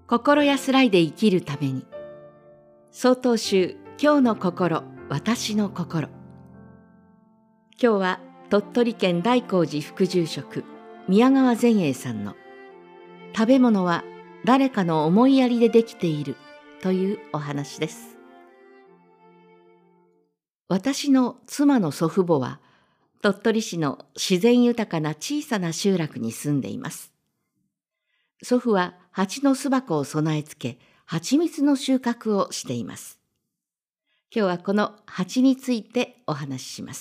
心安らいで生きるために。曹洞宗今日の心、私の心。今日は鳥取県大光寺副住職宮川善栄さんの食べ物は誰かの思いやりでできているというお話です。私の妻の祖父母は鳥取市の自然豊かな小さな集落に住んでいます。祖父は蜂の巣箱を備え付け、蜂蜜の収穫をしています。今日はこの蜂についてお話しします。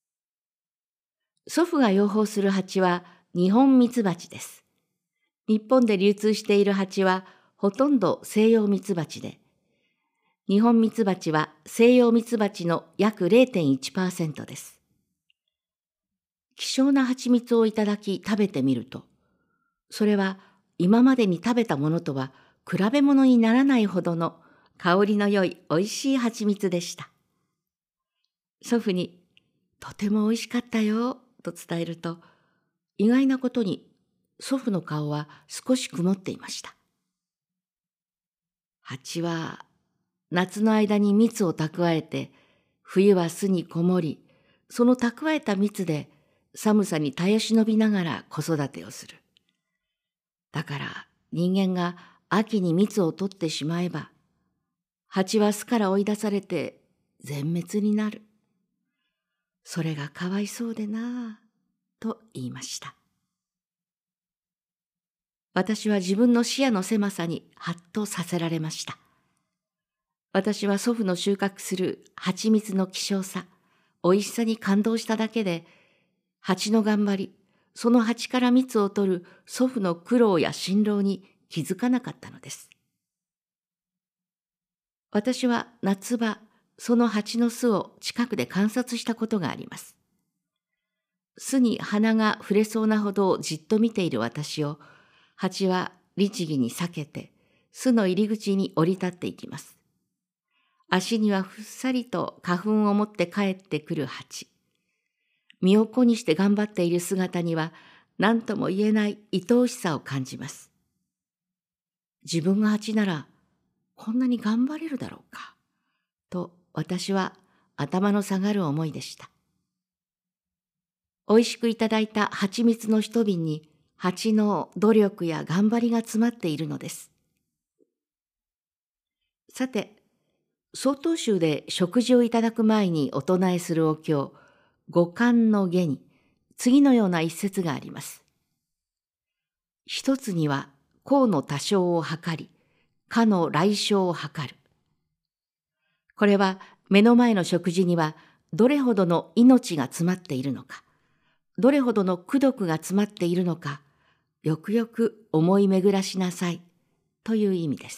祖父が養蜂する蜂はニホンミツバチです。日本で流通している蜂はほとんど西洋ミツバチで、ニホンミツバチは西洋ミツバチの約 0.1% です。希少な蜂蜜をいただき食べてみると、それは今までに食べたものとは比べ物にならないほどの香りの良いおいしい蜂蜜でした。祖父にとてもおいしかったよと伝えると、意外なことに祖父の顔は少し曇っていました。蜂は夏の間に蜜を蓄えて、冬は巣にこもり、その蓄えた蜜で寒さに耐え忍びながら子育てをする。だから人間が秋に蜜を取ってしまえば、蜂は巣から追い出されて全滅になる。それがかわいそうでなぁ、と言いました。私は自分の視野の狭さにハッとさせられました。私は祖父の収穫する蜂蜜の希少さ、おいしさに感動しただけで、蜂の頑張り、その蜂から蜜を取る祖父の苦労や辛労に気づかなかったのです。私は夏場、その蜂の巣を近くで観察したことがあります。巣に花が触れそうなほどじっと見ている私を、蜂は律儀に避けて、巣の入り口に降り立っていきます。足にはふっさりと花粉を持って帰ってくる蜂。身を粉にして頑張っている姿には何とも言えない愛おしさを感じます。自分が蜂ならこんなに頑張れるだろうか、と私は頭の下がる思いでした。おいしくいただいた蜂蜜の一瓶に蜂の努力や頑張りが詰まっているのです。さて、曹洞宗で食事をいただく前にお唱えするお経、五観の下に次のような一節があります。一つには功の多少を測り、果の来生を測る。これは目の前の食事にはどれほどの命が詰まっているのか、どれほどの功徳が詰まっているのか、よくよく思い巡らしなさいという意味です。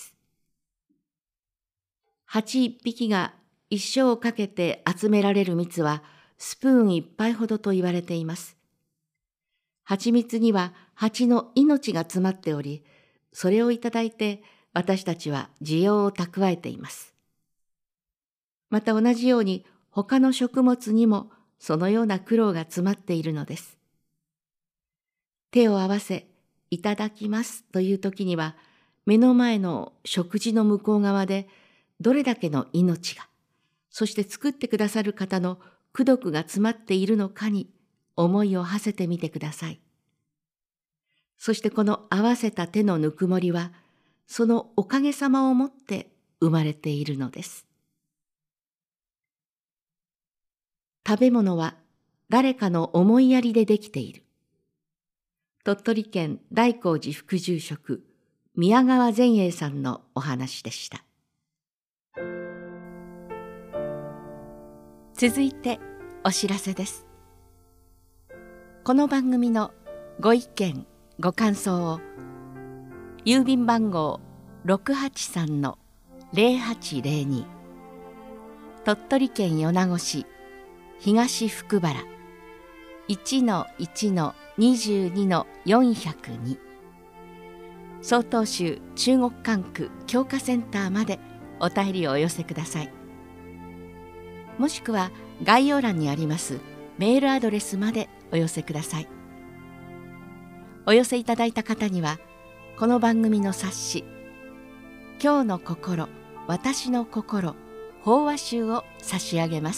蜂一匹が一生をかけて集められる蜜はスプーン一杯ほどと言われています。蜂蜜には蜂の命が詰まっており、それをいただいて私たちは需要を蓄えています。また同じように他の食物にもそのような苦労が詰まっているのです。手を合わせ、いただきますという時には、目の前の食事の向こう側でどれだけの命が、そして作ってくださる方の功徳が詰まっているのかに思いを馳せてみてください。そしてこの合わせた手のぬくもりは、そのおかげさまをもって生まれているのです。食べ物は誰かの思いやりでできている。鳥取県大光寺副住職宮川善栄さんのお話でした。続いてお知らせです。この番組のご意見ご感想を郵便番号 683-0802 鳥取県米子市東福原 1-1-22-402 曹洞宗中国管区教化センターまでお便りをお寄せください。もしくは概要欄にありますメールアドレスまでお寄せください。お寄せいただいた方にはこの番組の冊子今日の心、私の心法話集を差し上げます。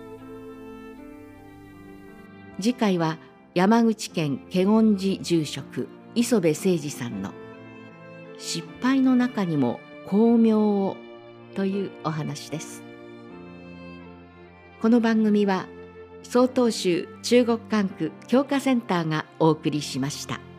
次回は山口県華厳寺住職磯部誠二さんの失敗の中にも光明をというお話です。この番組は曹洞宗中国管区教化センターがお送りしました。